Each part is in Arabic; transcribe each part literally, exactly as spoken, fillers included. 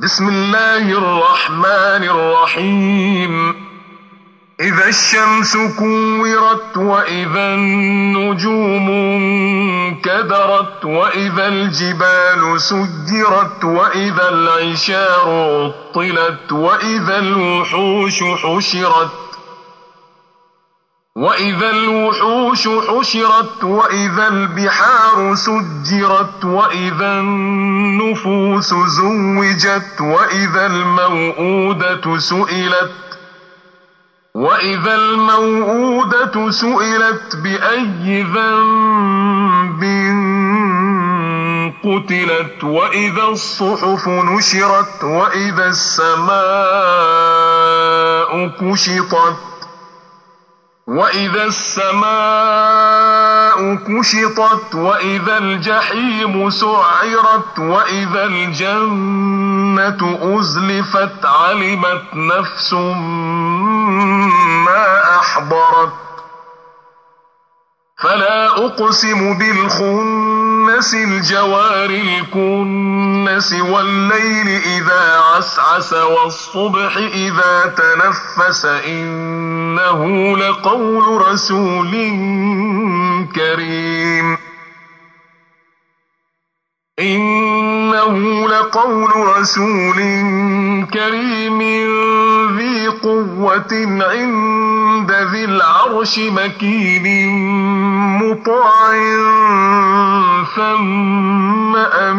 بسم الله الرحمن الرحيم إذا الشمس كورت وإذا النجوم انكدرت وإذا الجبال سجرت وإذا العشار عطلت وإذا الوحوش حشرت وإذا الوحوش حشرت وإذا البحار سجرت وإذا النفوس زوجت وإذا الموءودة سئلت وإذا الموءودة سئلت بأي ذنب قتلت وإذا الصحف نشرت وإذا السماء كشطت وإذا السماء كشطت وإذا الجحيم سعرت وإذا الجنة أزلفت علمت نفس ما أحضرت فلا أقسم بالخنس الجوار الكنس والليل إذا عسعس والصبح إذا تنفس إنه لقول رسول كريم إنه لقول رسول كريم ذي قوة عند ذي العرش مكين مطاع ثم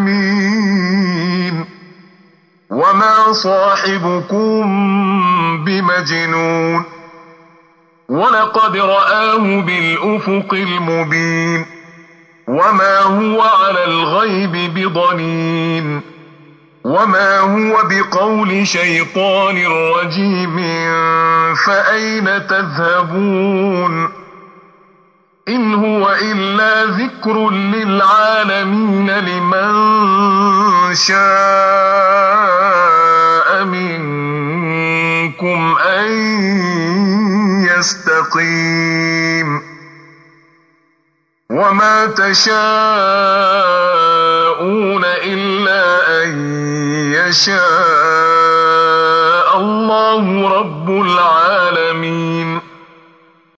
أمين وما صاحبكم بمجنون ولقد رآه بالأفق المبين وما هو على الغيب بضنين وما هو بقول شيطان رجيم فأين تذهبون إن هو إلا ذكر للعالمين لمن شاء منكم أن يستقيم وما تشاءون إلا أن يشاء الله رب العالمين.